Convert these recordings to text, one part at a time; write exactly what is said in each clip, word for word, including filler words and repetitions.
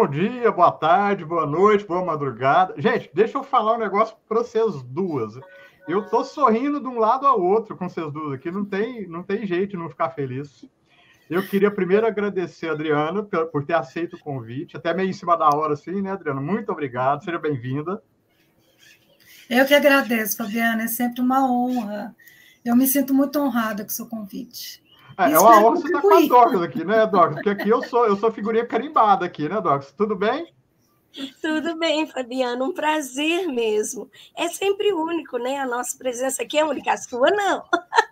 Bom dia, boa tarde, boa noite, boa madrugada. Gente, deixa eu falar um negócio para vocês duas. Eu tô sorrindo de um lado ao outro com vocês duas aqui, não tem, não tem jeito de não ficar feliz. Eu queria primeiro agradecer a Adriana por, por ter aceito o convite, até meio em cima da hora, assim, né, Adriana? Muito obrigado, seja bem-vinda. Eu que agradeço, Fabiana, é sempre uma honra. Eu me sinto muito honrada com o seu convite. É, é uma honra você estar com a Dorcas aqui, né, Dorcas? Porque aqui eu sou, eu sou figurinha carimbada aqui, né, Dorcas? Tudo bem? Tudo bem, Fabiana, um prazer mesmo. É sempre único, né? A nossa presença aqui é única, a sua não.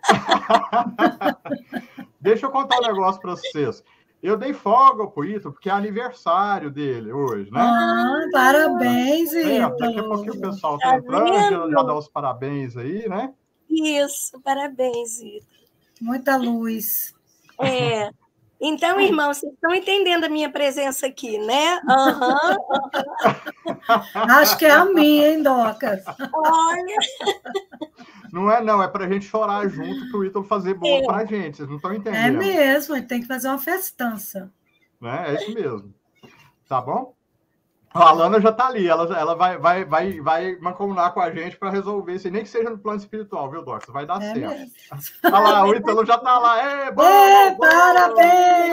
Deixa eu contar um negócio para vocês. Eu dei folga pro Ítalo, porque é aniversário dele hoje, né? Ah, parabéns, é, Ítalo. Daqui a pouquinho o pessoal tá entrando, já, já dá os parabéns aí, né? Isso, parabéns, Ítalo. Muita luz. É. Então, irmãos, vocês estão entendendo a minha presença aqui, né? Uhum. Acho que é a minha, hein, Docas? Olha... Não é, não, é para a gente chorar junto para o Ítalo fazer bolo é. para a gente, vocês não estão entendendo. É mesmo, a gente tem que fazer uma festança. Né? É isso mesmo. Tá bom? A Alana já está ali, ela, ela vai, vai, vai, vai mancomunar com a gente para resolver isso, nem que seja no plano espiritual, viu, Dorcas? Vai dar é certo. Mesmo. Olha lá, o Ítalo já está lá. Ê, bom, Ê, bom. Parabéns!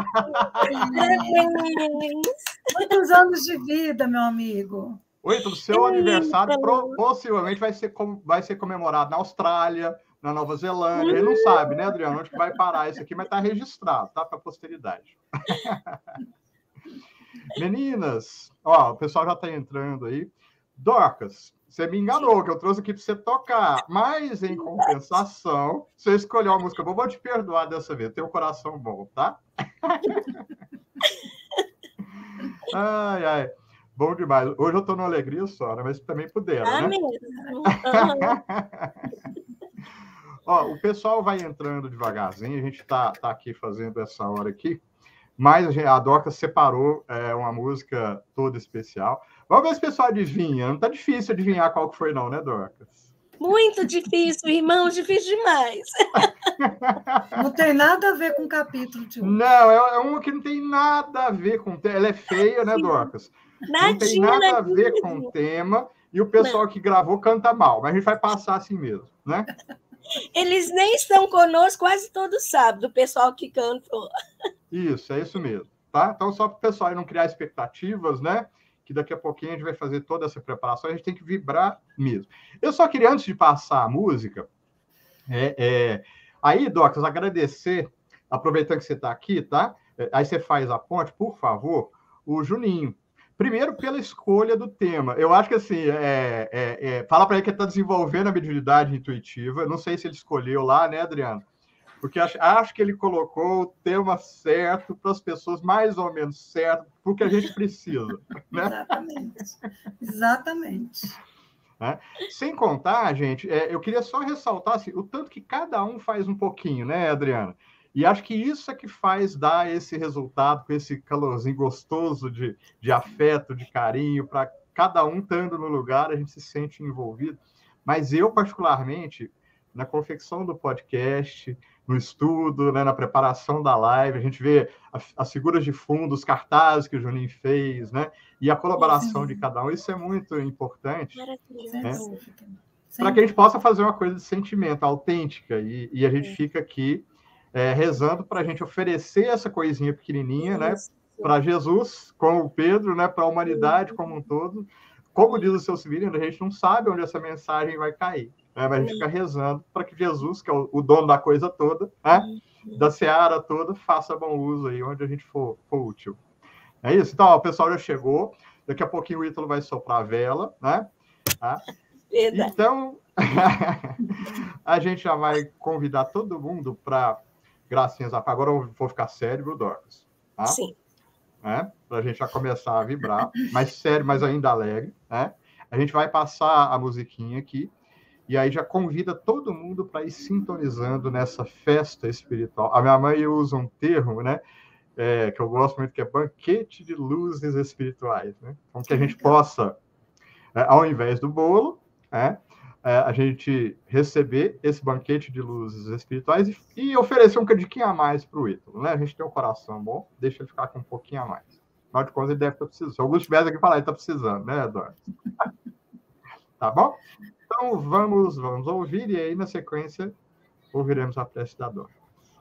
Muitos anos de vida, meu amigo. O Ítalo, seu Ê, aniversário pro, possivelmente vai ser, vai ser comemorado na Austrália, na Nova Zelândia. Ele não sabe, né, Adriano, onde que vai parar isso aqui, mas está registrado, tá? Para a posteridade. Meninas, ó, o pessoal já está entrando aí. Dorcas, você me enganou, que eu trouxe aqui para você tocar, mas em compensação, você escolheu uma música boa, vou te perdoar dessa vez, tem um coração bom, tá? Ai, ai, bom demais. Hoje eu estou numa alegria só, né? Mas também puderam, ah, né? Mesmo. Ó, o pessoal vai entrando devagarzinho, a gente está tá aqui fazendo essa hora aqui. Mas a Dorcas separou é, uma música toda especial. Vamos ver se o pessoal adivinha. Não tá difícil adivinhar qual que foi, não, né, Dorcas? Muito difícil, irmão, difícil demais. Não tem nada a ver com o capítulo de hoje. Não, é, é uma que não tem nada a ver com o tema. Ela é feia, né, Dorcas? Nadinha, não tem nada nadinha. a ver com o tema. E o pessoal não. que gravou canta mal. Mas a gente vai passar assim mesmo, né? Eles nem estão conosco quase todo sábado, o pessoal que cantou. Isso, é isso mesmo, tá? Então, só para o pessoal não criar expectativas, né? Que daqui a pouquinho a gente vai fazer toda essa preparação, a gente tem que vibrar mesmo. Eu só queria, antes de passar a música, é, é... aí, Docas, agradecer, aproveitando que você está aqui, tá? Aí você faz a ponte, por favor, o Juninho. Primeiro, pela escolha do tema. Eu acho que, assim, é, é, é... fala para ele que ele está desenvolvendo a mediunidade intuitiva. Não sei se ele escolheu lá, né, Adriano? Porque acho, acho que ele colocou o tema certo para as pessoas mais ou menos certo, porque a gente precisa. Né? Exatamente. Exatamente. É? Sem contar, gente, é, eu queria só ressaltar assim, o tanto que cada um faz um pouquinho, né, Adriana? E acho que isso é que faz dar esse resultado, com esse calorzinho gostoso de, de afeto, de carinho, para cada um estando no lugar, a gente se sente envolvido. Mas eu, particularmente, na confecção do podcast, no estudo, né, na preparação da live, a gente vê a, as figuras de fundo, os cartazes que o Juninho fez, né, e a colaboração Sim. de cada um, isso é muito importante, né, para que a gente possa fazer uma coisa de sentimento, autêntica, e, e a gente fica aqui é, rezando para a gente oferecer essa coisinha pequenininha, né, para Jesus, com o Pedro, né, para a humanidade como um todo. Como diz o seu Severino, a gente não sabe onde essa mensagem vai cair. Né? Mas a gente fica rezando para que Jesus, que é o, o dono da coisa toda, né? da seara toda, faça bom uso aí onde a gente for, for útil. É isso? Então, ó, o pessoal já chegou. Daqui a pouquinho o Ítalo vai soprar a vela, né? Tá? Então, a gente já vai convidar todo mundo para gracinhas. Agora eu vou ficar sério, viu, Dorcas? Tá? Sim. Né? Para a gente já começar a vibrar, mais sério, mas ainda alegre, né? A gente vai passar a musiquinha aqui, e aí já convida todo mundo para ir sintonizando nessa festa espiritual. A minha mãe usa um termo, né, é, que eu gosto muito, que é banquete de luzes espirituais, né? Então, que a gente possa, é, ao invés do bolo, né, é, a gente receber esse banquete de luzes espirituais e, e oferecer um cadiquinho a mais para o Ítalo, né? A gente tem um coração bom, deixa ele ficar com um pouquinho a mais. Afinal de contas, ele deve estar precisando. Se alguns tivessem aqui falar, ele está precisando, né, Eduardo? Tá bom? Então, vamos, vamos ouvir, e aí, na sequência, ouviremos a prece da Dora.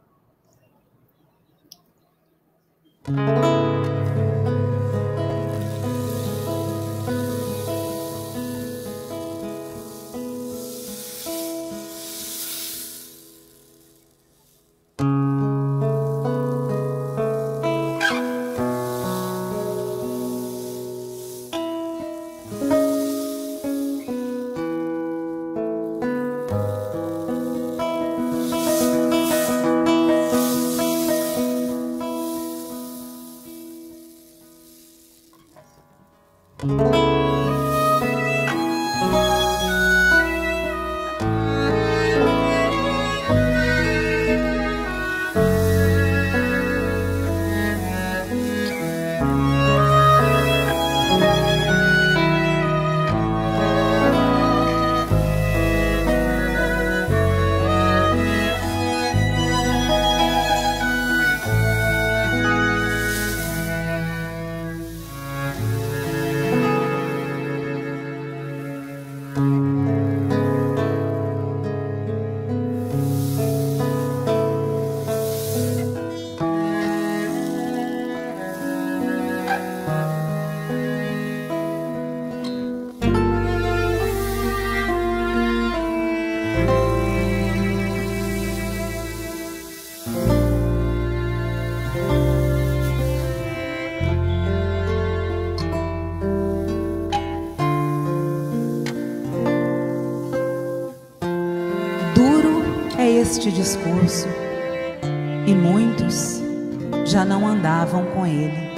Este discurso, e muitos já não andavam com ele.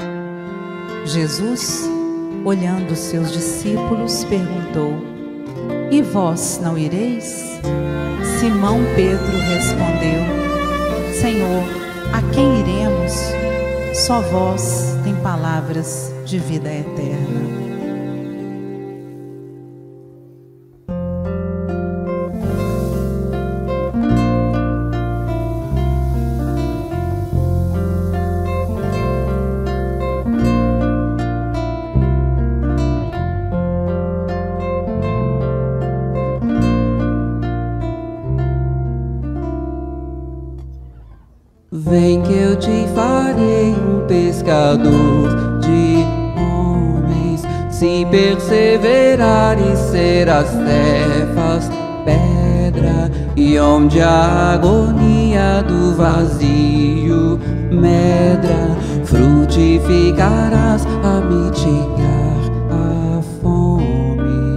Jesus, olhando seus discípulos, perguntou: E vós não ireis? Simão Pedro respondeu: Senhor, a quem iremos? Só vós tem palavras de vida eterna. Vem que eu te farei um pescador de homens. Se perseverares, serás Cefas, pedra, e onde a agonia do vazio medra, frutificarás a mitigar a fome.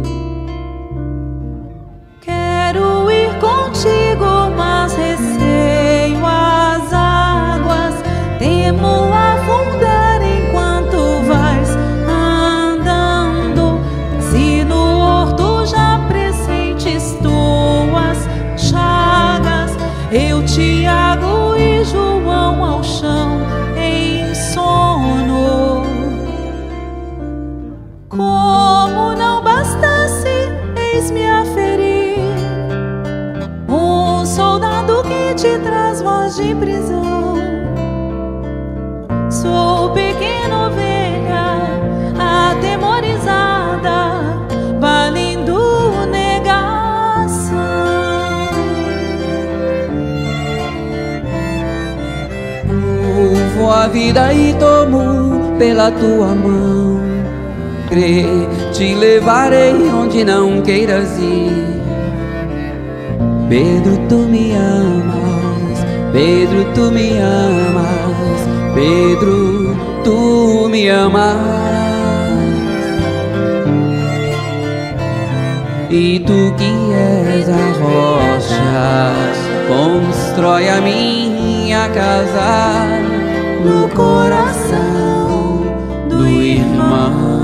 Quero ir contigo, mas receio as águas, temo afundar enquanto vais andando. Se no horto já pressentes tuas chagas, eu, Tiago e João ao chão em sono. Como não bastasse, eis-me a ferir um soldado que te traz voz de prisão. Sou pequena ovelha atemorizada, valendo negação. Louvo a vida e tomo pela tua mão. Crê, te levarei onde não queiras ir. Pedro, tu me amas, Pedro, tu me amas, Pedro, tu me amas. E tu que és a rocha, constrói a minha casa no coração do irmão.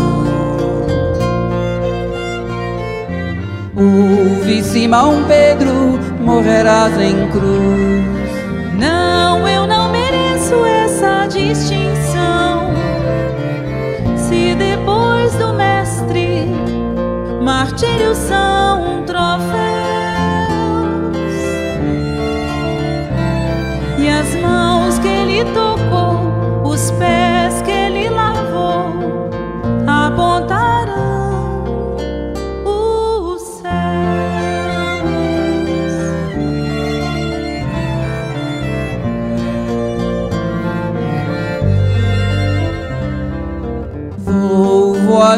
Ouve, Simão Pedro, morrerás em cruz. Não, eu não mereço essa distinção. Se depois do mestre martírios são troféus, e as mãos que ele tocou, os pés que ele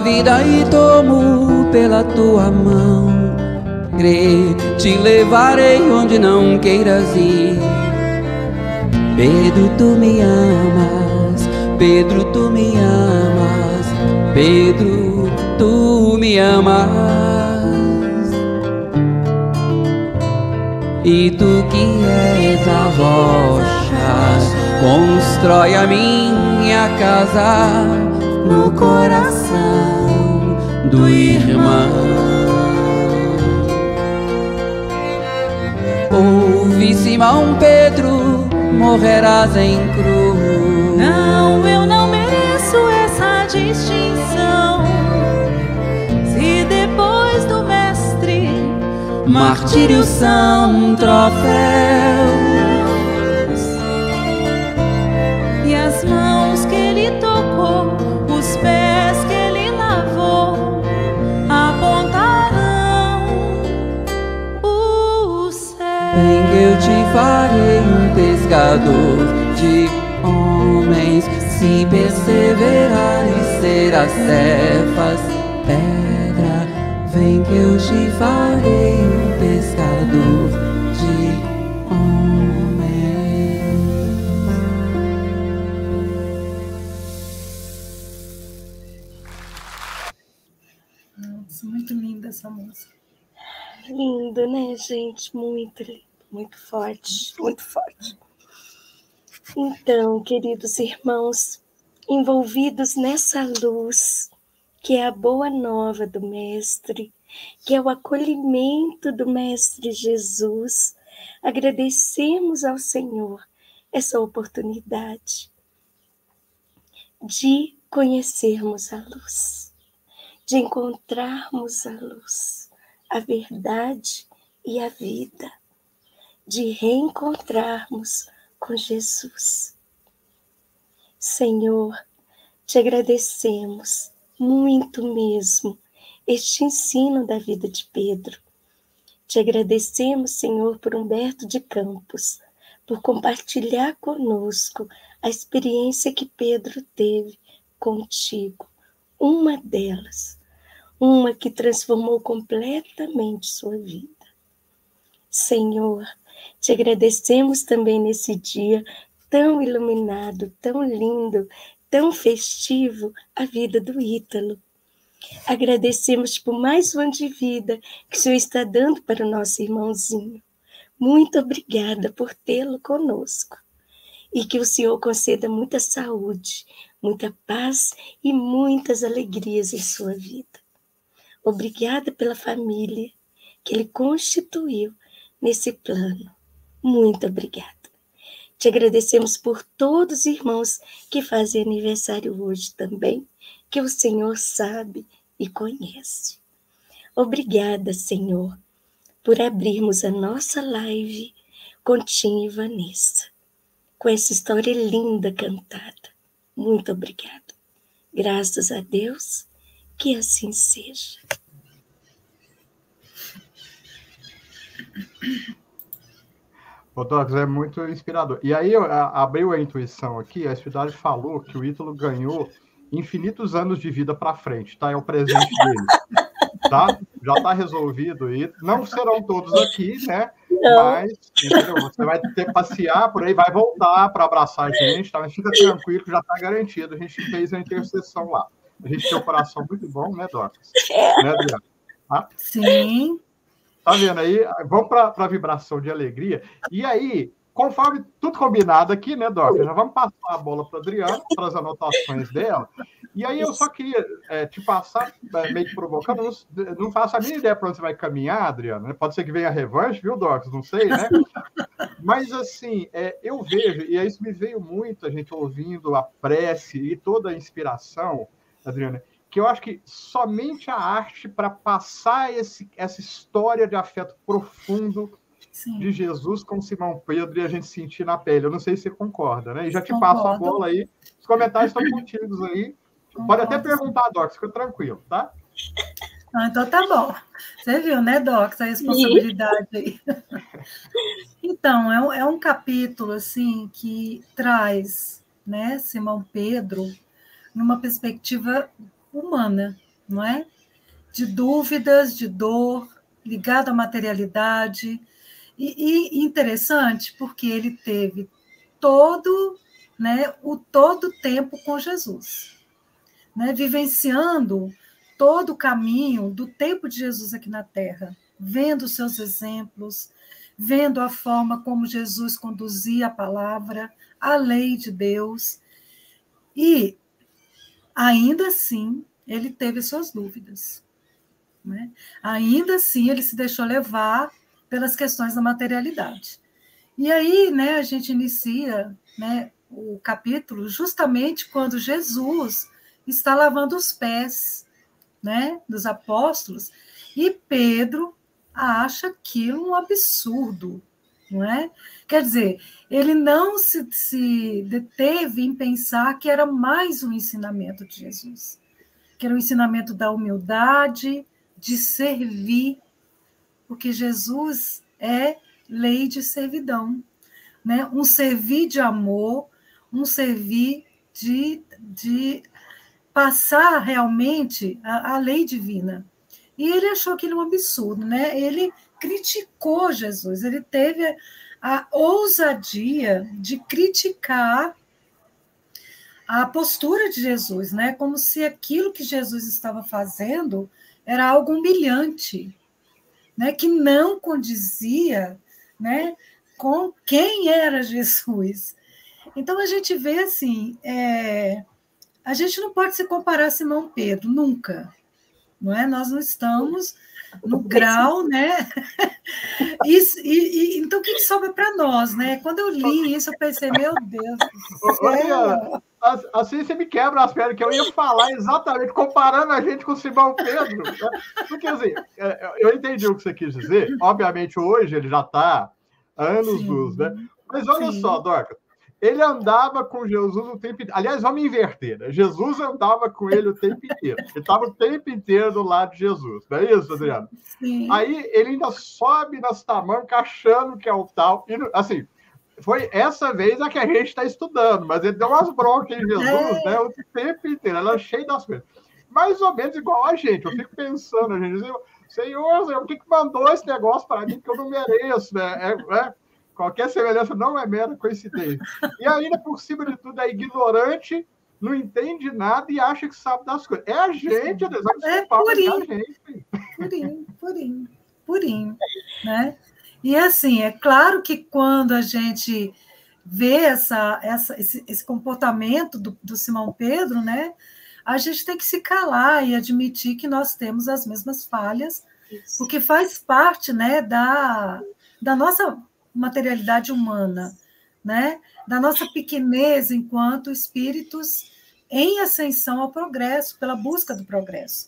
vida e tomo pela tua mão. Crê, te levarei onde não queiras ir. Pedro, tu me amas, Pedro, tu me amas, Pedro, tu me amas. E tu que és a rocha, constrói a minha casa no coração do irmão. Ouve, Simão Pedro, morrerás em cruz. Não, eu não mereço essa distinção. Se depois do mestre martírios são troféus, e as mãos que ele tocou, os pés que ele lavou, apontarão o céu. Vem que eu te farei um pescador de homens, se perseverares serás Cefas, pedra. Vem que eu te farei um pescador de homens. Nossa, muito linda essa música. Lindo, né, gente? Muito lindo, muito forte, muito forte. Então, queridos irmãos, envolvidos nessa luz, que é a boa nova do Mestre, que é o acolhimento do Mestre Jesus, agradecemos ao Senhor essa oportunidade de conhecermos a luz, de encontrarmos a luz, a verdade e a vida, de reencontrarmos com Jesus. Senhor, te agradecemos muito mesmo este ensino da vida de Pedro. Te agradecemos, Senhor, por Humberto de Campos, por compartilhar conosco a experiência que Pedro teve contigo, uma delas, uma que transformou completamente sua vida. Senhor, te agradecemos também nesse dia tão iluminado, tão lindo, tão festivo, a vida do Ítalo. Agradecemos por mais um ano de vida que o Senhor está dando para o nosso irmãozinho. Muito obrigada por tê-lo conosco. E que o Senhor conceda muita saúde, muita paz e muitas alegrias em sua vida. Obrigada pela família que Ele constituiu nesse plano. Muito obrigada. Te agradecemos por todos os irmãos que fazem aniversário hoje também, que o Senhor sabe e conhece. Obrigada, Senhor, por abrirmos a nossa live com Tim e Vanessa, com essa história linda cantada. Muito obrigada. Graças a Deus, que assim seja. O Docs é muito inspirador. E aí a, abriu a intuição aqui, a Espiritualidade falou que o Ítalo ganhou infinitos anos de vida para frente, tá? É o presente dele, tá? Já está resolvido. E não serão todos aqui, né? Não. Mas, entendeu? Você vai ter que passear por aí, vai voltar para abraçar a gente, tá? Mas fica tranquilo que já está garantido. A gente fez a intercessão lá. A gente tem um coração muito bom, né, Docs? É. Né, Adriana? Tá? Sim. Tá vendo aí? Vamos para a vibração de alegria. E aí, conforme tudo combinado aqui, né, Doc? Já vamos passar a bola para a Adriana, para as anotações dela. E aí eu só queria é, te passar, é, meio que provocando, não, não faço a minha ideia para onde você vai caminhar, Adriana. Pode ser que venha a revanche, viu, Doc? Não sei, né? Mas, assim, é, eu vejo, e isso me veio muito, a gente ouvindo a prece e toda a inspiração, Adriana, que eu acho que somente a arte para passar esse, essa história de afeto profundo Sim. de Jesus com Simão Pedro e a gente sentir na pele. Eu não sei se você concorda, né? E já te Concordo. passo a bola aí. Os comentários estão contidos aí. Concordo. Pode até perguntar, Doc, fica tranquilo, tá? Ah, então tá bom. Você viu, né, Doc, essa responsabilidade aí. Então, é um, é um capítulo, assim, que traz, né, Simão Pedro numa perspectiva humana, não é? De dúvidas, de dor, ligado à materialidade. E, e interessante, porque ele teve todo, né, o todo tempo com Jesus, né, vivenciando todo o caminho do tempo de Jesus aqui na Terra, vendo os seus exemplos, vendo a forma como Jesus conduzia a palavra, a lei de Deus. E, ainda assim, ele teve suas dúvidas, né? Ainda assim, ele se deixou levar pelas questões da materialidade. E aí, né, a gente inicia, né, o capítulo justamente quando Jesus está lavando os pés, né, dos apóstolos, e Pedro acha aquilo um absurdo, não é? Quer dizer, ele não se, se deteve em pensar que era mais um ensinamento de Jesus, que era o ensinamento da humildade, de servir, porque Jesus é lei de servidão, né? Um servir de amor, um servir de, de passar realmente a, a lei divina. E ele achou aquilo um absurdo, né? Ele criticou Jesus, ele teve a ousadia de criticar a postura de Jesus, né? Como se aquilo que Jesus estava fazendo era algo humilhante, né, que não condizia, né, com quem era Jesus. Então, a gente vê assim, é, a gente não pode se comparar a Simão Pedro, nunca. Não é? Nós não estamos no grau, né? E, e, e, então, o que sobra para nós, né? Quando eu li isso, eu pensei, meu Deus do céu. Assim você me quebra as pernas, que eu ia falar exatamente, comparando a gente com o Simão Pedro. Né? Porque, assim, eu entendi o que você quis dizer. Obviamente, hoje ele já está anos-luz, né? Mas olha Sim. só, Dorcas, ele andava com Jesus o tempo inteiro. Aliás, vamos inverter, né? Jesus andava com ele o tempo inteiro. Ele estava o tempo inteiro do lado de Jesus. Não é isso, Adriana? Sim. Aí ele ainda sobe nas tamancas achando que é o tal. E, assim, foi essa vez a que a gente está estudando, mas ele deu umas broncas em Jesus, é. né? O tempo inteiro. Ela é cheia das coisas. Mais ou menos igual a gente. Eu fico pensando, a gente diz, Senhor, Senhor, o que, que mandou esse negócio para mim que eu não mereço, né? É, é, qualquer semelhança não é mera coincidência. E ainda, por cima de tudo, é ignorante, não entende nada e acha que sabe das coisas. É a gente, Deus, é purinho, a gente. purinho, purinho, purinho, né? E assim, é claro que quando a gente vê essa, essa, esse, esse comportamento do, do Simão Pedro, né, a gente tem que se calar e admitir que nós temos as mesmas falhas, Isso. porque faz parte, né, da, da nossa materialidade humana, né, da nossa pequenez enquanto espíritos em ascensão ao progresso, pela busca do progresso.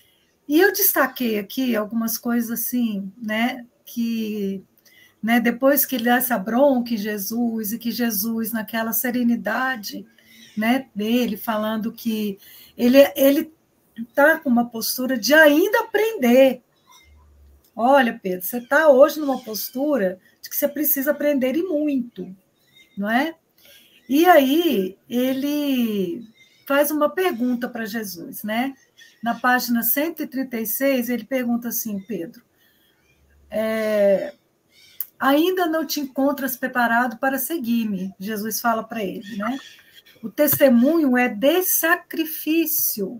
E eu destaquei aqui algumas coisas assim, né, que, né, depois que ele dá essa bronca em Jesus, e que Jesus, naquela serenidade, né, dele, falando que ele ele está com uma postura de ainda aprender. Olha, Pedro, você está hoje numa postura de que você precisa aprender e muito, não é? E aí ele faz uma pergunta para Jesus, né? Na página cento e trinta e seis, ele pergunta assim, Pedro, é, ainda não te encontras preparado para seguir-me? Jesus fala para ele, né? O testemunho é de sacrifício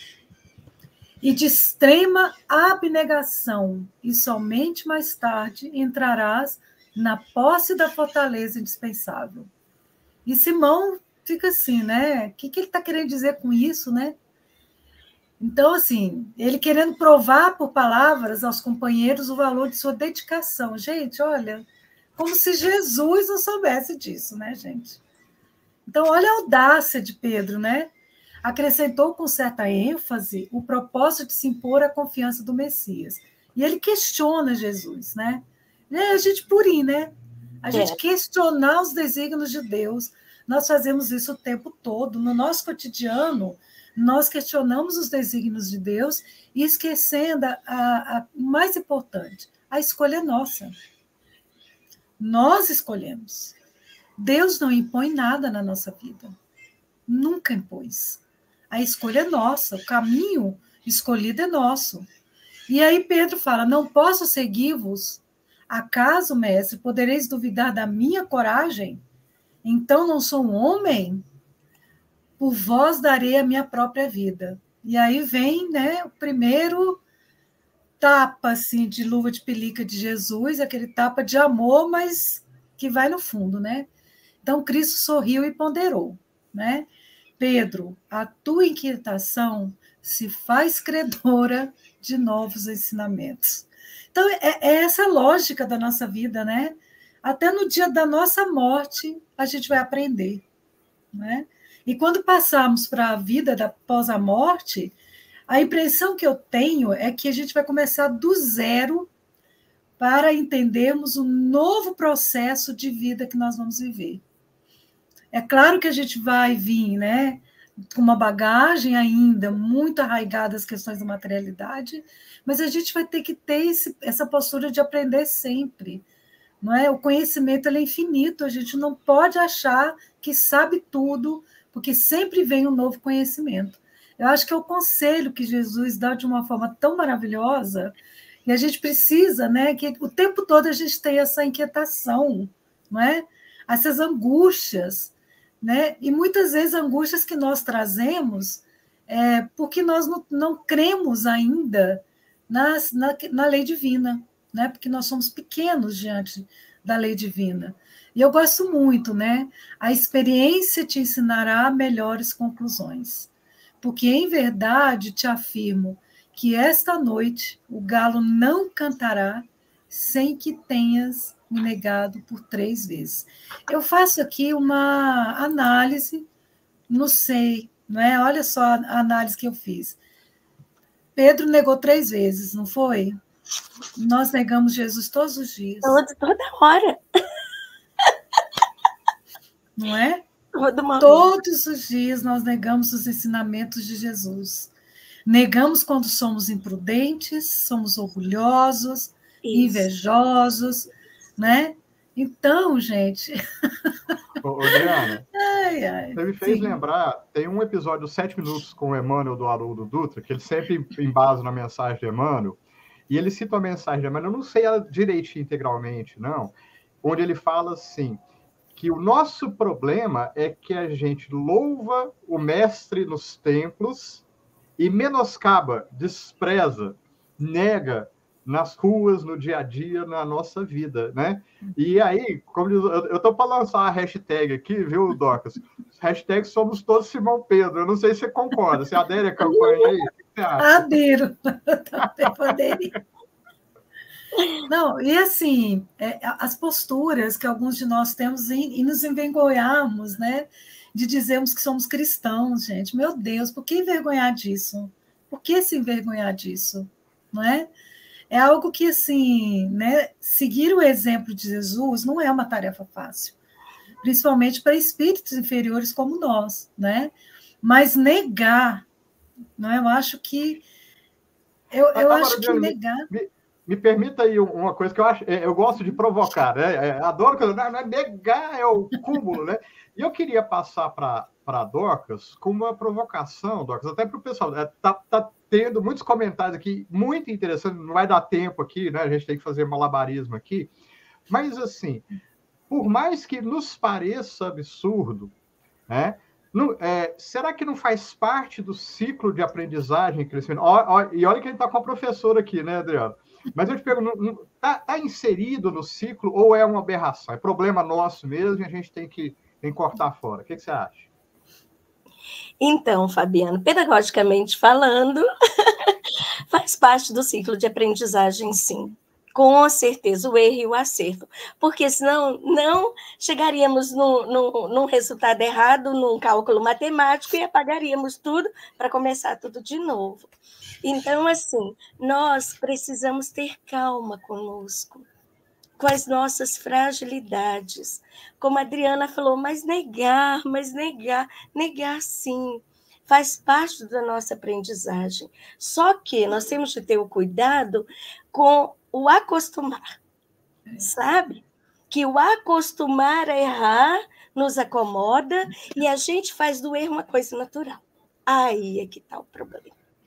e de extrema abnegação, e somente mais tarde entrarás na posse da fortaleza indispensável. E Simão fica assim, né? O que, que ele está querendo dizer com isso, né? Então, assim, ele querendo provar por palavras aos companheiros o valor de sua dedicação. Gente, olha, como se Jesus não soubesse disso, né, gente? Então, olha a audácia de Pedro, né? Acrescentou com certa ênfase o propósito de se impor à confiança do Messias. E ele questiona Jesus, né? É a gente purinho, né? A gente é. questionar os desígnios de Deus. Nós fazemos isso o tempo todo. No nosso cotidiano, nós questionamos os desígnios de Deus e esquecendo a, a, a mais importante, a escolha é nossa. Nós escolhemos. Deus não impõe nada na nossa vida. Nunca impôs. A escolha é nossa. O caminho escolhido é nosso. E aí Pedro fala, não posso seguir-vos? Acaso, mestre, podereis duvidar da minha coragem? Então não sou um homem? Por vós darei a minha própria vida. E aí vem, né, o primeiro tapa assim, de luva de pelica de Jesus, aquele tapa de amor, mas que vai no fundo, né? Então Cristo sorriu e ponderou, né? Pedro, a tua inquietação se faz credora de novos ensinamentos. Então, é, é essa a lógica da nossa vida, né? Até no dia da nossa morte, a gente vai aprender, né? E quando passarmos para a vida da, após a morte, a impressão que eu tenho é que a gente vai começar do zero para entendermos o novo processo de vida que nós vamos viver. É claro que a gente vai vir, né, com uma bagagem ainda muito arraigada às questões da materialidade, mas a gente vai ter que ter esse, essa postura de aprender sempre. Não é? O conhecimento ele é infinito, a gente não pode achar que sabe tudo, porque sempre vem um novo conhecimento. Eu acho que é o conselho que Jesus dá de uma forma tão maravilhosa, e a gente precisa, né, que o tempo todo a gente tenha essa inquietação, não é? Essas angústias, né? E muitas vezes angústias que nós trazemos é porque nós não, não cremos ainda nas, na, na lei divina, né? Porque nós somos pequenos diante da lei divina. E eu gosto muito, né? A experiência te ensinará melhores conclusões. Porque, em verdade, te afirmo que esta noite o galo não cantará sem que tenhas me negado por três vezes. Eu faço aqui uma análise, não sei, não é? Olha só a análise que eu fiz. Pedro negou três vezes, não foi? Nós negamos Jesus todos os dias. Toda, toda hora. Não é? Todo Todos os dias nós negamos os ensinamentos de Jesus. Negamos quando somos imprudentes, somos orgulhosos, Isso. invejosos, né? Então, gente... Ô, Adriana, ai, ai, você me fez sim. lembrar, tem um episódio Sete Minutos com o Emmanuel do Haroldo Dutra, que ele sempre embasa na mensagem de Emmanuel, e ele cita a mensagem de Emmanuel, eu não sei ela direitinho integralmente, não, onde ele fala assim, que o nosso problema é que a gente louva o mestre nos templos e menoscaba, despreza, nega nas ruas, no dia a dia, na nossa vida, né? E aí, como eu estou para lançar a hashtag aqui, viu, Docas? Hashtag somos todos Simão Pedro. Eu não sei se você concorda. Você adere à campanha aí? O que você acha? Adiro. Também Não, e assim, é, as posturas que alguns de nós temos e, e nos envergonharmos, né? De dizermos que somos cristãos, gente. Meu Deus, por que envergonhar disso? Por que se envergonhar disso? Não é? É algo que, assim, né, seguir o exemplo de Jesus não é uma tarefa fácil, principalmente para espíritos inferiores como nós, né? Mas negar, não é? Eu acho que... Eu, eu Agora, acho que negar... Me, me permita aí uma coisa que eu acho... Eu gosto de provocar, né? Adoro que... Não é negar, é o cúmulo, né? E eu queria passar para a Dorcas com uma provocação, Dorcas, até para o pessoal. Está tá tendo muitos comentários aqui, muito interessantes, não vai dar tempo aqui, né? A gente tem que fazer malabarismo aqui. Mas, assim, por mais que nos pareça absurdo, né? Não, é, será que não faz parte do ciclo de aprendizagem e crescimento? Ó, ó, e olha que a gente está com a professora aqui, né, Adriano? Mas eu te pergunto, está tá inserido no ciclo ou é uma aberração? É problema nosso mesmo e a gente tem que, tem que cortar fora. O que, que você acha? Então, Fabiano, pedagogicamente falando, faz parte do ciclo de aprendizagem, sim. Com certeza, o erro e o acerto. Porque senão não chegaríamos no, no, num resultado errado, num cálculo matemático, e apagaríamos tudo para começar tudo de novo. Então, assim, nós precisamos ter calma conosco, com as nossas fragilidades. Como a Adriana falou, mas negar, mas negar, negar sim, faz parte da nossa aprendizagem. Só que nós temos que ter o cuidado com o acostumar, sabe? Que o acostumar a errar nos acomoda e a gente faz do erro uma coisa natural. Aí é que está o problema.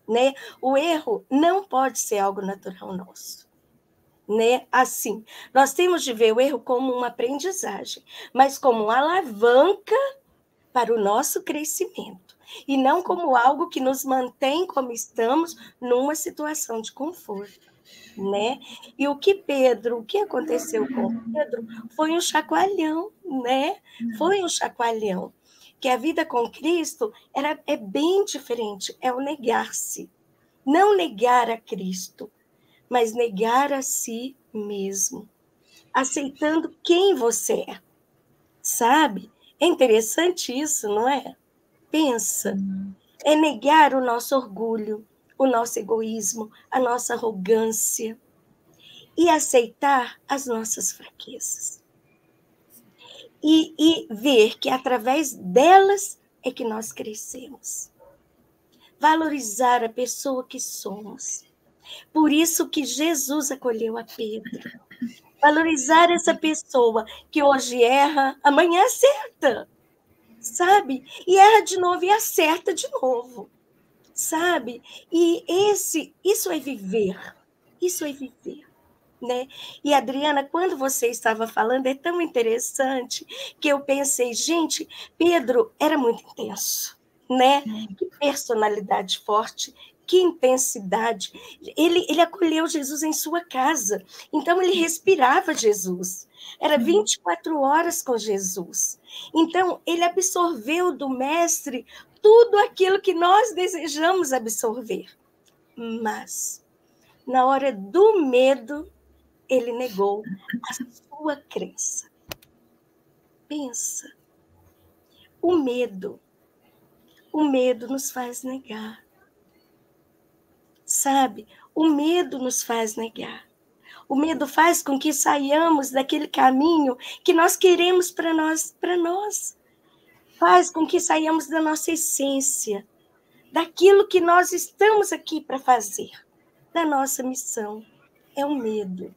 né? O erro não pode ser algo natural nosso, né? Assim, nós temos de ver o erro como uma aprendizagem, mas como uma alavanca para o nosso crescimento, e não como algo que nos mantém como estamos numa situação de conforto, né? E o que Pedro, o que aconteceu com Pedro foi um chacoalhão, né? Foi um chacoalhão. Que a vida com Cristo era, é bem diferente, é o negar-se. Não negar a Cristo, mas negar a si mesmo, aceitando quem você é, sabe? É interessante isso, não é? Pensa, é negar o nosso orgulho, o nosso egoísmo, a nossa arrogância e aceitar as nossas fraquezas. E, e ver que através delas é que nós crescemos. Valorizar a pessoa que somos. Por isso que Jesus acolheu a Pedro. Valorizar essa pessoa que hoje erra, amanhã acerta, sabe? E erra de novo e acerta de novo, sabe? E esse, isso é viver, isso é viver. Né? E, Adriana, quando você estava falando, é tão interessante que eu pensei, gente, Pedro era muito intenso, né? Que personalidade forte, que intensidade. Ele, ele acolheu Jesus em sua casa, então ele respirava Jesus. Era vinte e quatro horas com Jesus. Então, ele absorveu do mestre tudo aquilo que nós desejamos absorver. Mas, na hora do medo, ele negou a sua crença. Pensa. O medo. O medo nos faz negar. Sabe? O medo nos faz negar. O medo faz com que saiamos daquele caminho que nós queremos para nós, para nós. Faz com que saiamos da nossa essência, daquilo que nós estamos aqui para fazer, da nossa missão. É o medo.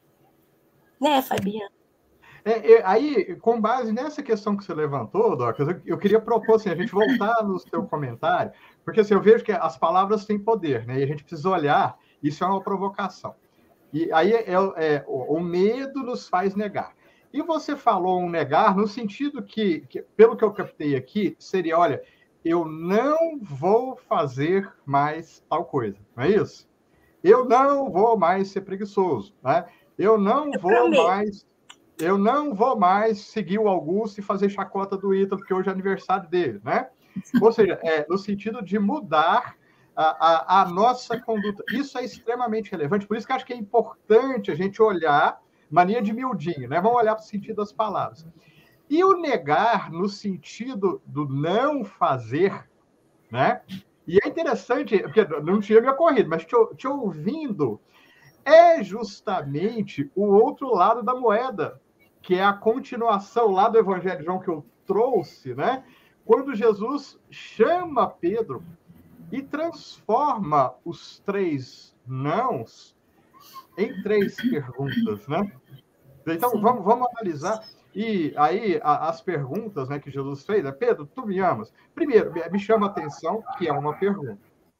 Né, Fabiana? É, é, aí, com base nessa questão que você levantou, Docas, eu, eu queria propor assim, a gente voltar no seu comentário, porque assim, eu vejo que as palavras têm poder, né? E a gente precisa olhar, isso é uma provocação. E aí é, é, o, o medo nos faz negar. E você falou um negar no sentido que, que, pelo que eu captei aqui, seria, olha, eu não vou fazer mais tal coisa, não é isso? Eu não vou mais ser preguiçoso, né? Eu não eu vou prometo. mais, eu não vou mais seguir o Augusto e fazer chacota do Ítalo, porque hoje é aniversário dele, né? Ou seja, é, no sentido de mudar a, a, a nossa conduta. Isso é extremamente relevante, por isso que eu acho que é importante a gente olhar, mania de miudinho, né? Vamos olhar para o sentido das palavras. E o negar no sentido do não fazer, né? E é interessante, porque não tinha me ocorrido, mas te, te ouvindo, é justamente o outro lado da moeda, que é a continuação lá do Evangelho de João que eu trouxe, né? Quando Jesus chama Pedro e transforma os três nãos em três perguntas, né? Então, vamos, vamos analisar. E aí, a, as perguntas, né, que Jesus fez, né? Pedro, tu me amas? Primeiro, me chama a atenção que é uma pergunta.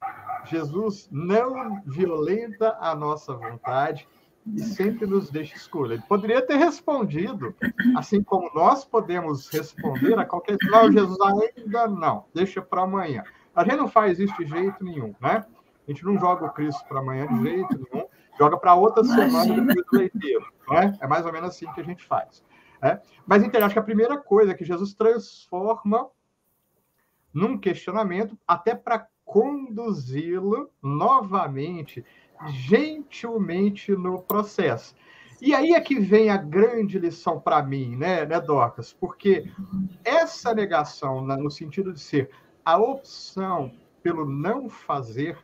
Jesus não violenta a nossa vontade e sempre nos deixa escolha. Ele poderia ter respondido, assim como nós podemos responder a qualquer... Não, Jesus, ainda não, deixa para amanhã. A gente não faz isso de jeito nenhum, né? A gente não joga o Cristo para amanhã de jeito nenhum, joga para outra Imagina. semana depois do leiteiro, né? É mais ou menos assim que a gente faz. Né? Mas, então, acho que a primeira coisa é que Jesus transforma num questionamento até para conduzi-lo novamente, gentilmente no processo. E aí é que vem a grande lição para mim, né, né, Dorcas? Porque essa negação, no sentido de ser a opção pelo não fazer,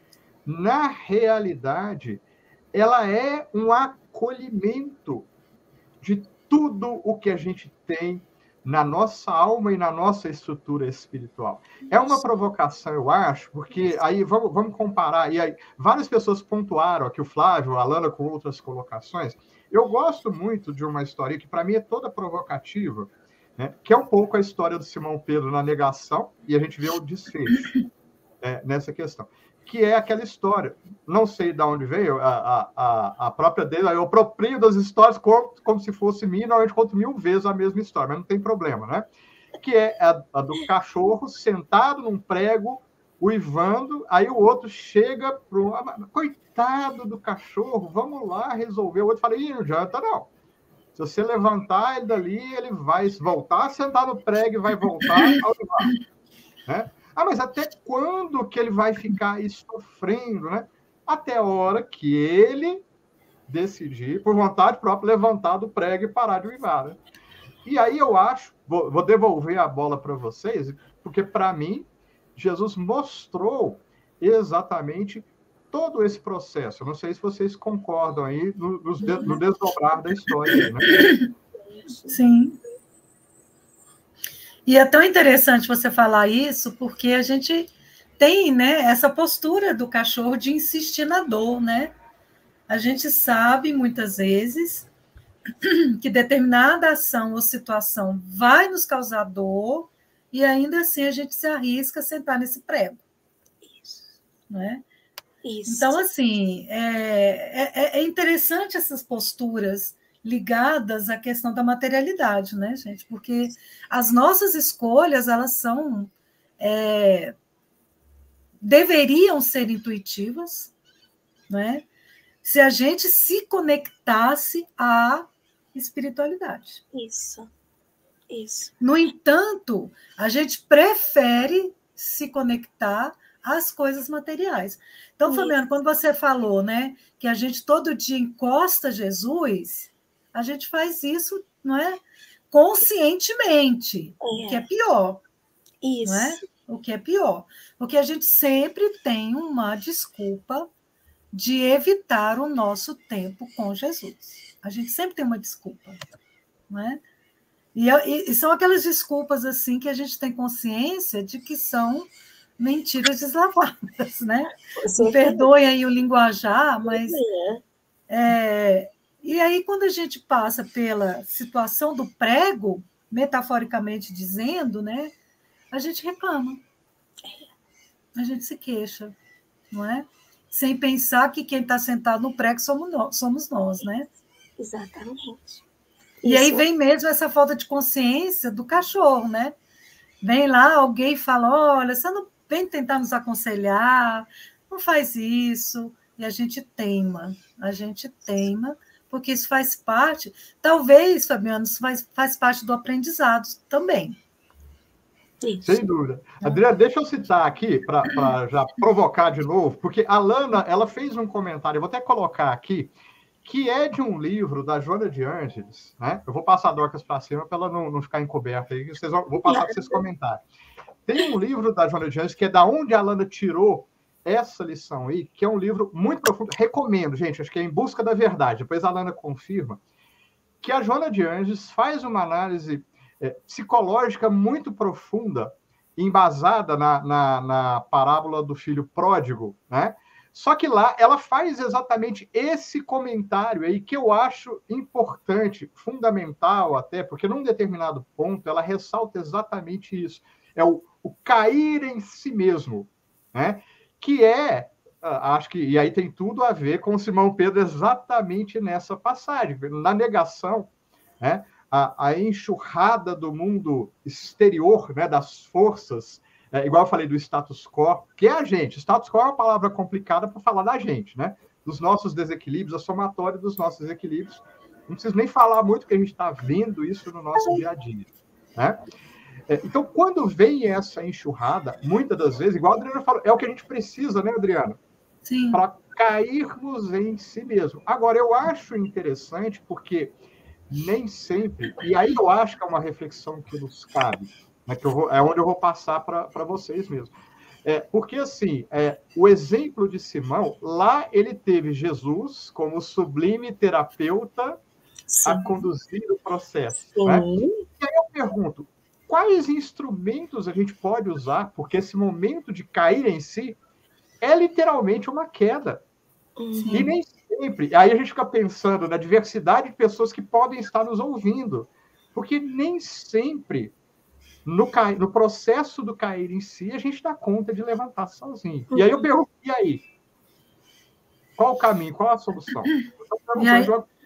na realidade, ela é um acolhimento de tudo o que a gente tem na nossa alma e na nossa estrutura espiritual. É uma provocação, eu acho, porque aí vamos, vamos comparar, e aí várias pessoas pontuaram aqui, o Flávio, a Alana, com outras colocações. Eu gosto muito de uma história que, para mim, é toda provocativa, né? Que é um pouco a história do Simão Pedro na negação, e a gente vê o desfecho, né, nessa questão. que é aquela história. Não sei de onde veio a, a, a própria dele, eu aproprio das histórias como, como se fosse minha, e normalmente conto mil vezes a mesma história, mas não tem problema, né? Que é a, a do cachorro sentado num prego, uivando, aí o outro chega pro... Coitado do cachorro, vamos lá resolver. O outro fala, ih, não adianta não. Se você levantar ele dali, ele vai voltar a sentar no prego e vai voltar a uivar, né? Ah, mas até quando que ele vai ficar aí sofrendo, né? Até a hora que ele decidir, por vontade própria, levantar do prego e parar de uivar, né? E aí eu acho, vou, vou devolver a bola para vocês, porque para mim, Jesus mostrou exatamente todo esse processo. Eu não sei se vocês concordam aí no, no desdobrar da história, né? Sim. E é tão interessante você falar isso, porque a gente tem, né, essa postura do cachorro de insistir na dor, né? A gente sabe, muitas vezes, que determinada ação ou situação vai nos causar dor, e ainda assim a gente se arrisca a sentar nesse prego. Isso. Né? Isso. Então, assim, é, é, é interessante essas posturas ligadas à questão da materialidade, né, gente? Porque as nossas escolhas, elas são... É, deveriam ser intuitivas, né? Se a gente se conectasse à espiritualididade. Isso. Isso. No entanto, a gente prefere se conectar às coisas materiais. Então, Fabiana, quando você falou, né, que a gente todo dia encosta Jesus, a gente faz isso, não é, conscientemente, é. O que é pior. Isso. Não é? O que é pior. Porque a gente sempre tem uma desculpa de evitar o nosso tempo com Jesus. A gente sempre tem uma desculpa. Não é? E, e, e são aquelas desculpas assim que a gente tem consciência de que são mentiras deslavadas, né? Me perdoem aí o linguajar, mas... É, e aí, quando a gente passa pela situação do prego, metaforicamente dizendo, né, a gente reclama. A gente se queixa, não é? Sem pensar que quem está sentado no prego somos nós, somos nós, né? Exatamente. E Isso. aí vem mesmo essa falta de consciência do cachorro, né? Vem lá alguém e fala, olha, você não vem tentar nos aconselhar, não faz isso. E a gente teima, a gente teima, porque isso faz parte, talvez, Fabiano, isso faz, faz parte do aprendizado também. Isso. Sem dúvida. Adriana, deixa eu citar aqui, para já provocar de novo, porque a Lana, ela fez um comentário, eu vou até colocar aqui, que é de um livro da Joana de Ângeles, né? Eu vou passar a Dorcas para cima para ela não, não ficar encoberta aí, vocês vão, vou passar para vocês comentarem. Tem um livro da Joana de Ângeles, que é da onde a Lana tirou essa lição aí, que é um livro muito profundo, recomendo, gente, acho que é Em Busca da Verdade, depois a Lana confirma, que a Joana de Ângeles faz uma análise é, psicológica muito profunda, embasada na, na, na parábola do filho pródigo, né? Só que lá ela faz exatamente esse comentário aí que eu acho importante, fundamental até, porque num determinado ponto ela ressalta exatamente isso, é o, o cair em si mesmo, né? Que é, acho que, e aí tem tudo a ver com Simão Pedro exatamente nessa passagem, na negação, né? A, a enxurrada do mundo exterior, né? Das forças, é, igual eu falei do status quo, que é a gente. Status quo é uma palavra complicada para falar da gente, né? Dos nossos desequilíbrios, a somatória dos nossos desequilíbrios. Não preciso nem falar muito, porque a gente está vendo isso no nosso dia a dia, né? Então, quando vem essa enxurrada, muitas das vezes, igual a Adriana falou, é o que a gente precisa, né, Adriana? Sim. Para cairmos em si mesmo. Agora, eu acho interessante porque nem sempre, e aí eu acho que é uma reflexão que nos cabe, né, que eu vou, é onde eu vou passar para vocês mesmo. É, porque, assim, é, o exemplo de Simão, lá ele teve Jesus como sublime terapeuta Sim. a conduzir o processo. Né? E aí eu pergunto, quais instrumentos a gente pode usar? Porque esse momento de cair em si é literalmente uma queda. Sim. E nem sempre. Aí a gente fica pensando na diversidade de pessoas que podem estar nos ouvindo. Porque nem sempre no, ca... no processo do cair em si, a gente dá conta de levantar sozinho. E aí eu pergunto, e aí? Qual o caminho? Qual a solução? E aí,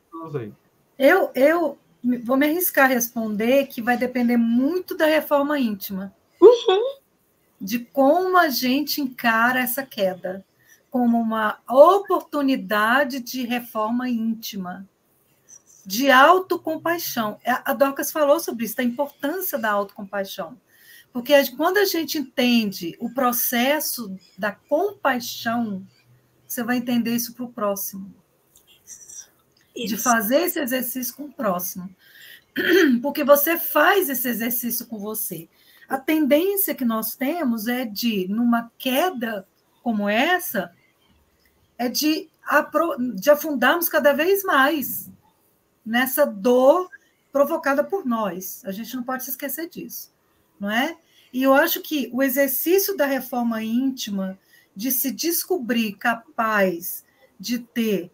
eu, eu vou me arriscar a responder que vai depender muito da reforma íntima. Uhum. De como a gente encara essa queda, como uma oportunidade de reforma íntima, de autocompaixão. A Dorcas falou sobre isso, da importância da autocompaixão. Porque quando a gente entende o processo da compaixão, você vai entender isso para o próximo. Isso. De fazer esse exercício com o próximo. Porque você faz esse exercício com você. A tendência que nós temos é de, numa queda como essa, é de, de afundarmos cada vez mais nessa dor provocada por nós. A gente não pode se esquecer disso, não é? E eu acho que o exercício da reforma íntima, de se descobrir capaz de ter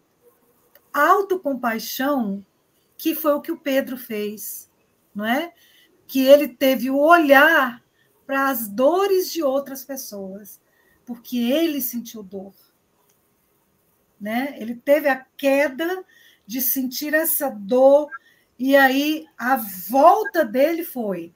autocompaixão, que foi o que o Pedro fez, não é? Que ele teve o olhar para as dores de outras pessoas, porque ele sentiu dor. Né? Ele teve a queda de sentir essa dor, e aí a volta dele foi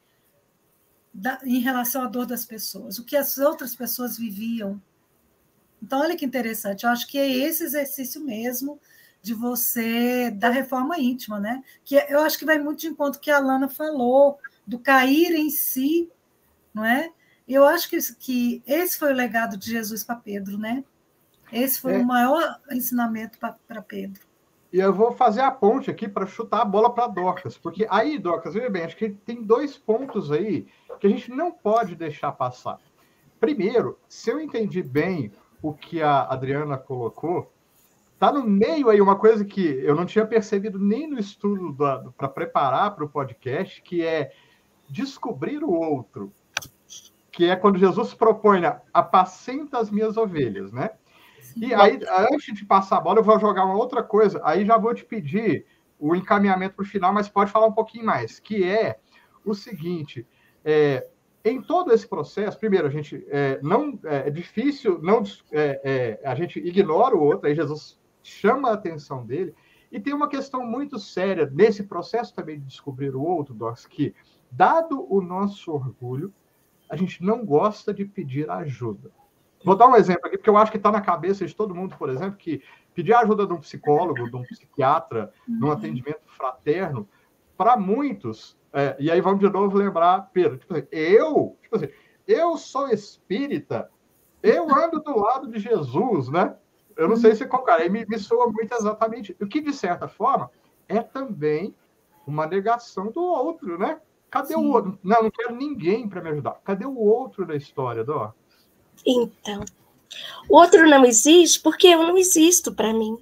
da, em relação à dor das pessoas, o que as outras pessoas viviam. Então, olha que interessante, eu acho que é esse exercício mesmo de você, da reforma íntima, né? Que eu acho que vai muito de encontro que a Alana falou, do cair em si, não é? Eu acho que, que esse foi o legado de Jesus para Pedro, né? Esse foi é. o maior ensinamento para Pedro. E eu vou fazer a ponte aqui para chutar a bola para Dorcas, porque aí, Dorcas, veja bem, acho que tem dois pontos aí que a gente não pode deixar passar. Primeiro, se eu entendi bem o que a Adriana colocou, está no meio aí uma coisa que eu não tinha percebido nem no estudo para preparar para o podcast, que é descobrir o outro, que é quando Jesus propõe, né, apacenta as minhas ovelhas, né? E aí, antes de passar a bola, eu vou jogar uma outra coisa, aí já vou te pedir o encaminhamento para o final, mas pode falar um pouquinho mais, que é o seguinte, é, em todo esse processo, primeiro, a gente é, não, é, é difícil, não, é, é, a gente ignora o outro, aí Jesus chama a atenção dele, e tem uma questão muito séria nesse processo também de descobrir o outro, Docs, que, dado o nosso orgulho, a gente não gosta de pedir ajuda. Vou dar um exemplo aqui, porque eu acho que está na cabeça de todo mundo, por exemplo, que pedir a ajuda de um psicólogo, de um psiquiatra, de um atendimento fraterno, para muitos, é, e aí vamos de novo lembrar, Pedro, tipo assim, eu, tipo assim, eu sou espírita, eu ando do lado de Jesus, né? Eu não sei se concorda, aí me, me soa muito exatamente, o que, de certa forma, é também uma negação do outro, né? Cadê Sim. o outro? Não, não quero ninguém para me ajudar. Cadê o outro da história, Dó? Então, o outro não existe porque eu não existo para mim,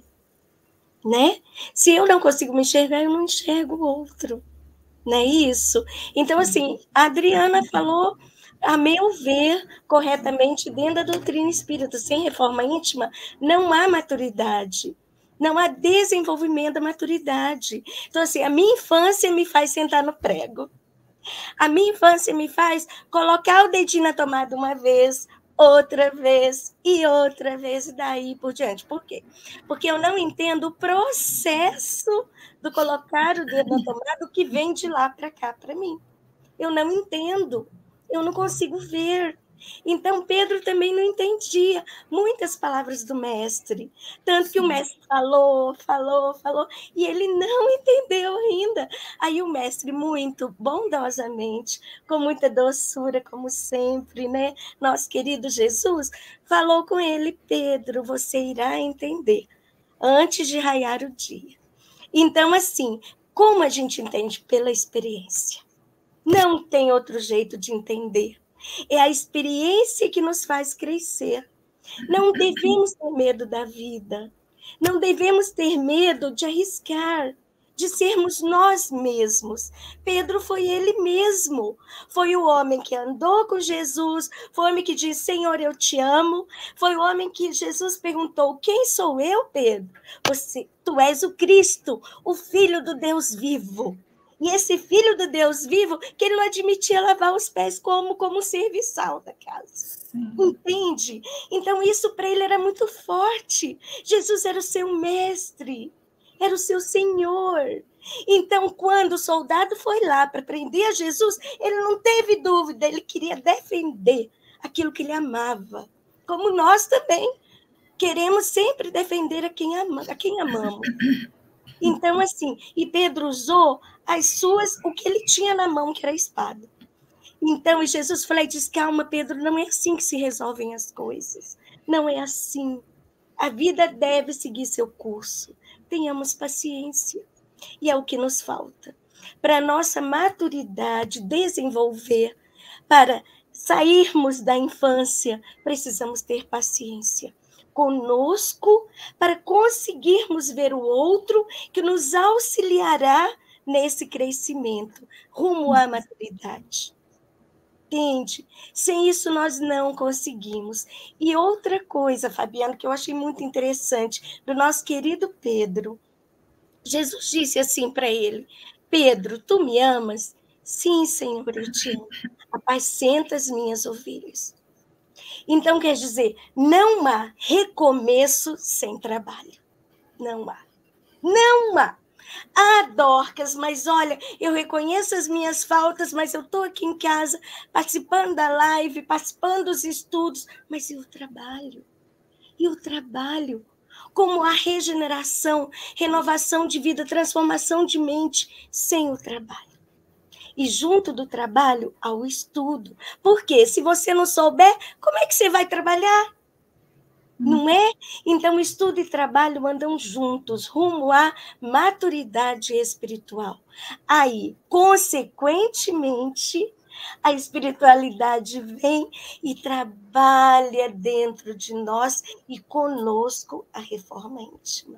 né? Se eu não consigo me enxergar, eu não enxergo o outro, não é isso? Então, assim, a Adriana falou, a meu ver, corretamente, dentro da doutrina espírita, sem reforma íntima, não há maturidade, não há desenvolvimento da maturidade. Então, assim, a minha infância me faz sentar no prego. A minha infância me faz colocar o dedinho na tomada uma vez, outra vez e outra vez, e daí por diante. Por quê? Porque eu não entendo o processo do colocar o dedo na tomada, o que vem de lá para cá para mim. Eu não entendo, eu não consigo ver. Então, Pedro também não entendia muitas palavras do mestre. Tanto que o mestre falou, falou, falou, e ele não entendeu ainda. Aí o mestre, muito bondosamente, com muita doçura, como sempre, né? Nosso querido Jesus, falou com ele, Pedro, você irá entender antes de raiar o dia. Então, assim, como a gente entende? Pela experiência. Não tem outro jeito de entender. É a experiência que nos faz crescer. Não devemos ter medo da vida. Não devemos ter medo de arriscar, de sermos nós mesmos. Pedro foi ele mesmo. Foi o homem que andou com Jesus, foi o homem que disse, Senhor, eu te amo. Foi o homem que Jesus perguntou, quem sou eu, Pedro? Você, tu és o Cristo, o Filho do Deus vivo. E esse filho do Deus vivo, que ele não admitia lavar os pés como, como serviçal da casa. Sim. Entende? Então, isso para ele era muito forte. Jesus era o seu mestre, era o seu Senhor. Então, quando o soldado foi lá para prender a Jesus, ele não teve dúvida, ele queria defender aquilo que ele amava. Como nós também queremos sempre defender a quem, ama, a quem amamos. Então, assim, e Pedro usou as suas, o que ele tinha na mão, que era a espada. Então, e Jesus falou e disse, calma, Pedro, não é assim que se resolvem as coisas. Não é assim. A vida deve seguir seu curso. Tenhamos paciência. E é o que nos falta. Para a nossa maturidade desenvolver, para sairmos da infância, precisamos ter paciência conosco, para conseguirmos ver o outro que nos auxiliará nesse crescimento, rumo à maturidade. Entende? Sem isso nós não conseguimos. E outra coisa, Fabiano, que eu achei muito interessante, do nosso querido Pedro, Jesus disse assim para ele, Pedro, tu me amas? Sim, Senhor, eu te amo. Apacenta as minhas ovelhas. Então, quer dizer, não há recomeço sem trabalho. Não há. Não há. Ah, Dorcas, mas olha, eu reconheço as minhas faltas, mas eu estou aqui em casa, participando da live, participando dos estudos, mas e o trabalho? E o trabalho? Como a regeneração, renovação de vida, transformação de mente, sem o trabalho. E junto do trabalho, ao estudo. Porque se você não souber, como é que você vai trabalhar? Não é? Então, estudo e trabalho andam juntos, rumo à maturidade espiritual. Aí, consequentemente, a espiritualidade vem e trabalha dentro de nós e conosco a reforma íntima.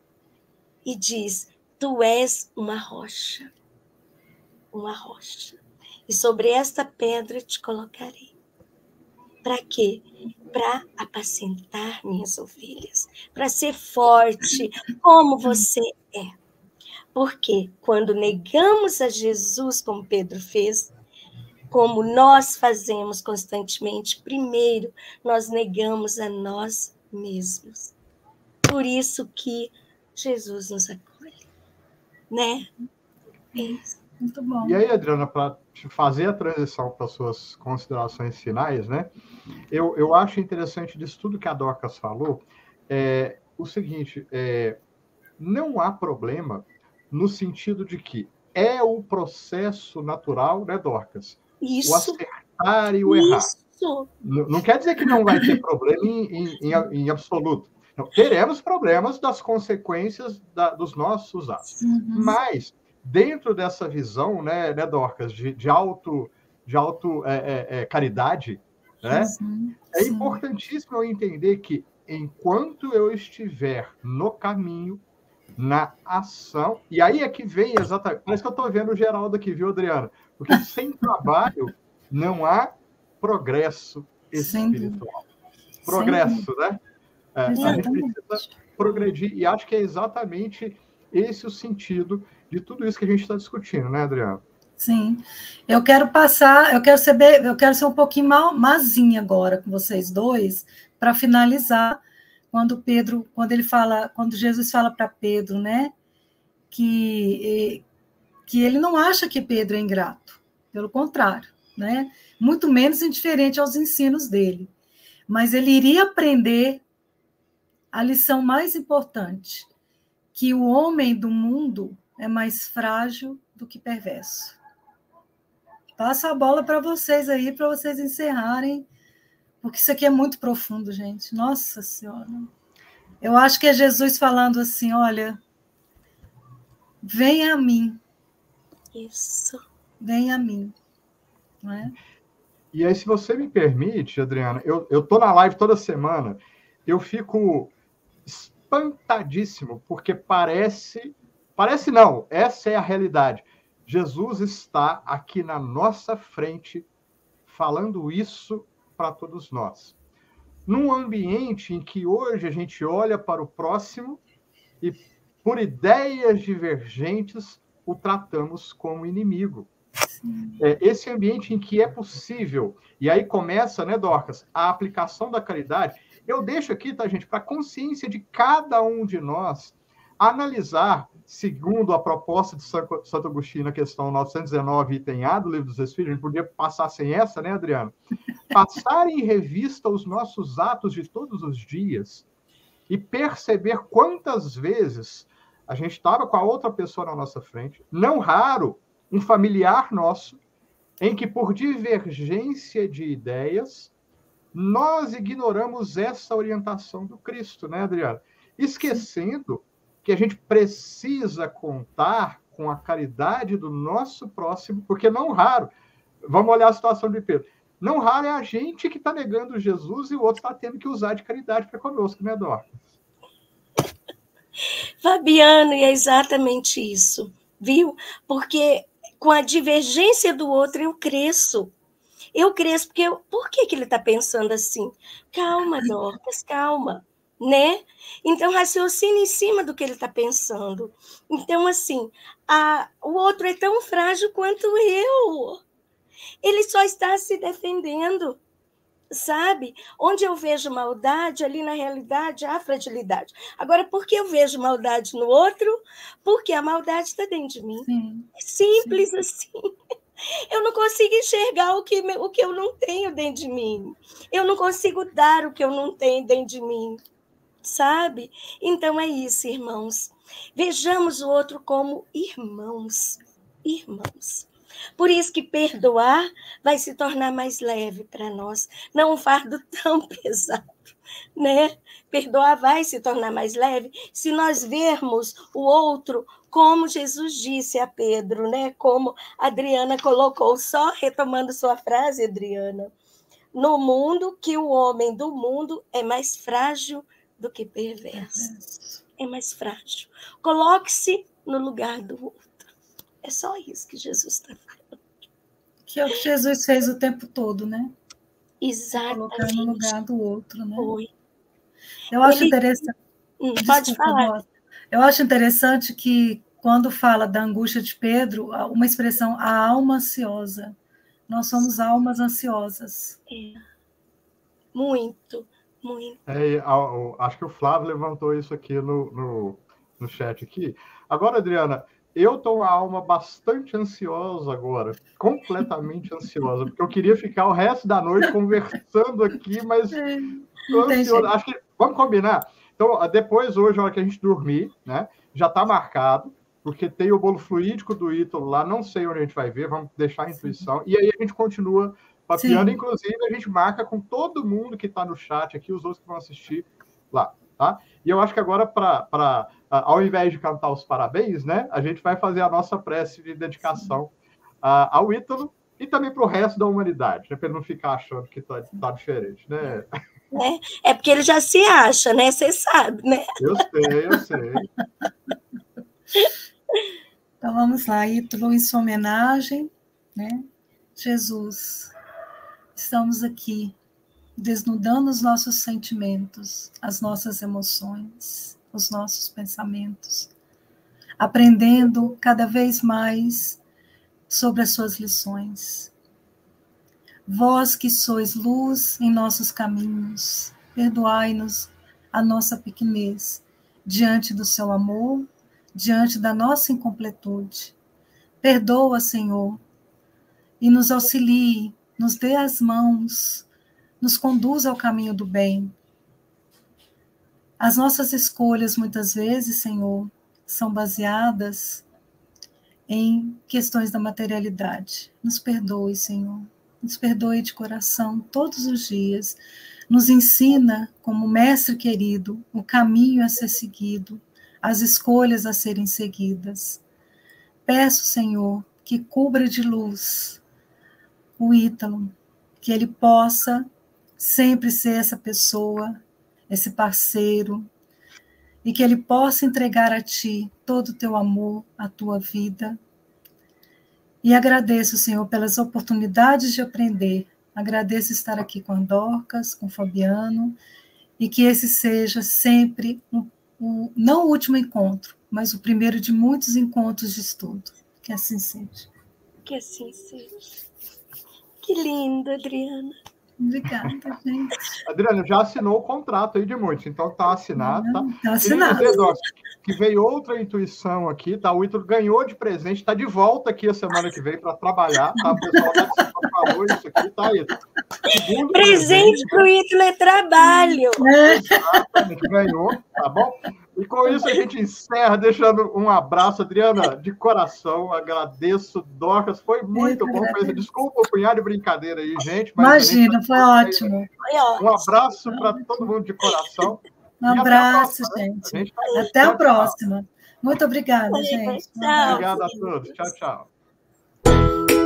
E diz, tu és uma rocha, uma rocha. E sobre esta pedra te colocarei. Para quê? Para apacentar minhas ovelhas, para ser forte como você é. Porque quando negamos a Jesus, como Pedro fez, como nós fazemos constantemente, primeiro nós negamos a nós mesmos. Por isso que Jesus nos acolhe, né? É isso. Muito bom. E aí, Adriana, para fazer a transição para suas considerações finais, né? Eu, eu acho interessante disso tudo que a Dorcas falou, é o seguinte, é, não há problema no sentido de que é o processo natural, né, Dorcas? Isso. O acertar e o errar. Isso. Não, não quer dizer que não vai ter problema em, em, em, em absoluto. Não, teremos problemas das consequências da, dos nossos atos. Uhum. Mas, dentro dessa visão, né, né Dorcas, de, de auto, de auto é, é, é, caridade, né, uhum. é Sim. importantíssimo eu entender que, enquanto eu estiver no caminho, na ação, e aí é que vem exatamente, parece que eu estou vendo o Geraldo aqui, viu, Adriana? Porque sem trabalho não há progresso espiritual. Sim. Progresso, Sim. né? É, a gente precisa progredir, e acho que é exatamente esse o sentido de tudo isso que a gente está discutindo, né, Adriana? Sim. Eu quero passar, eu quero ser, eu quero ser um pouquinho mazinha agora com vocês dois, para finalizar, quando Pedro, quando ele fala, quando Jesus fala para Pedro, né, que, que ele não acha que Pedro é ingrato, pelo contrário, né, muito menos indiferente aos ensinos dele, mas ele iria aprender a lição mais importante, que o homem do mundo é mais frágil do que perverso. Passo a bola para vocês aí, para vocês encerrarem, porque isso aqui é muito profundo, gente. Nossa Senhora. Eu acho que é Jesus falando assim, olha, venha a mim. Isso. Venha a mim. Não é? E aí, se você me permite, Adriana, eu estou na live toda semana, eu fico espantadíssimo, porque parece... Parece não, essa é a realidade. Jesus está aqui na nossa frente, falando isso para todos nós. Num ambiente em que hoje a gente olha para o próximo e, por ideias divergentes, o tratamos como inimigo. É, esse ambiente em que é possível, e aí começa, né, Dorcas, a aplicação da caridade. Eu deixo aqui, tá, gente, para a consciência de cada um de nós analisar, segundo a proposta de Santo Agostinho na questão novecentos e dezenove, item A do Livro dos Espíritos, a gente podia passar sem essa, né, Adriana? Passar em revista os nossos atos de todos os dias e perceber quantas vezes a gente estava com a outra pessoa na nossa frente, não raro, um familiar nosso, em que, por divergência de ideias, nós ignoramos essa orientação do Cristo, né, Adriana? Esquecendo que a gente precisa contar com a caridade do nosso próximo, porque não raro, vamos olhar a situação de Pedro, não raro é a gente que está negando Jesus e o outro está tendo que usar de caridade para conosco, né, Dorcas? Fabiano, e é exatamente isso, viu? Porque com a divergência do outro eu cresço. Eu cresço porque... Eu, por que, que ele está pensando assim? Calma, Dorcas, calma. Né? Então, raciocina em cima do que ele está pensando. Então, assim, a, o outro é tão frágil quanto eu. Ele só está se defendendo, sabe? Onde eu vejo maldade, ali na realidade há fragilidade. Agora, por que eu vejo maldade no outro? Porque a maldade está dentro de mim. Sim. É simples Sim. assim. Eu não consigo enxergar o que, o que eu não tenho dentro de mim. Eu não consigo dar o que eu não tenho dentro de mim. Sabe? Então é isso, irmãos. Vejamos o outro como irmãos. Irmãos. Por isso que perdoar vai se tornar mais leve para nós. Não um fardo tão pesado, né? Perdoar vai se tornar mais leve se nós vermos o outro como Jesus disse a Pedro, né? Como a Adriana colocou, só retomando sua frase, Adriana. No mundo, que o homem do mundo é mais frágil do que perverso. É mais frágil. Coloque-se no lugar do outro. É só isso que Jesus está falando. Que é o que Jesus fez o tempo todo, né? Exatamente. Colocar no lugar do outro, né? Foi. Eu acho Ele... interessante... Hum, pode Desculpa, falar. Nossa. Eu acho interessante que, quando fala da angústia de Pedro, uma expressão, a alma ansiosa. Nós somos almas ansiosas. É. Muito. Muito. É, acho que o Flávio levantou isso aqui no, no, no chat aqui. Agora, Adriana, eu estou uma alma bastante ansiosa agora, completamente ansiosa, porque eu queria ficar o resto da noite conversando aqui, mas estou ansioso. Acho que vamos combinar. Então, depois, hoje, a hora que a gente dormir, né, já está marcado, porque tem o bolo fluídico do Ítalo lá, não sei onde a gente vai ver, vamos deixar a intuição, e aí a gente continua papiando, inclusive a gente marca com todo mundo que está no chat aqui, os outros que vão assistir lá, tá? E eu acho que agora, para ao invés de cantar os parabéns, né, a gente vai fazer a nossa prece de dedicação uh, ao Ítalo e também para o resto da humanidade, né, para ele não ficar achando que está tá diferente, né? É, é porque ele já se acha, né? Você sabe, né? Eu sei, eu sei. Então vamos lá, Ítalo, em sua homenagem, né? Jesus, estamos aqui desnudando os nossos sentimentos, as nossas emoções, os nossos pensamentos, aprendendo cada vez mais sobre as suas lições. Vós que sois luz em nossos caminhos, perdoai-nos a nossa pequenez, diante do seu amor, diante da nossa incompletude. Perdoa, Senhor, e nos auxilie, nos dê as mãos, nos conduza ao caminho do bem. As nossas escolhas, muitas vezes, Senhor, são baseadas em questões da materialidade. Nos perdoe, Senhor. Nos perdoe de coração todos os dias. Nos ensina, como mestre querido, o caminho a ser seguido, as escolhas a serem seguidas. Peço, Senhor, que cubra de luz o Ítalo, que ele possa sempre ser essa pessoa, esse parceiro, e que ele possa entregar a Ti todo o Teu amor, a Tua vida. E agradeço, Senhor, pelas oportunidades de aprender. Agradeço estar aqui com a Dorcas, com o Fabiano, e que esse seja sempre, um, um, não o último encontro, mas o primeiro de muitos encontros de estudo. Que assim seja. Que assim seja. Que lindo, Adriana. Obrigada, gente. Adriana, já assinou o contrato aí de muitos, então está assinado, tá? Está assinado. Queria dizer, que veio outra intuição aqui, tá? O Ítalo ganhou de presente, está de volta aqui a semana que vem para trabalhar, tá? O pessoal da Disciplina falou isso aqui, tá, Ítalo? Segundo presente para o Ítalo é trabalho. Exatamente, ganhou, tá bom? E com isso a gente encerra, deixando um abraço, Adriana, de coração, agradeço, Dorcas, foi muito bom, mas desculpa o punhado de brincadeira aí, gente. Mas imagina, foi ótimo. Um abraço para todo mundo de coração. Um abraço, gente. gente tá até a próxima. Muito obrigada, gente. Obrigada a todos. Tchau, tchau.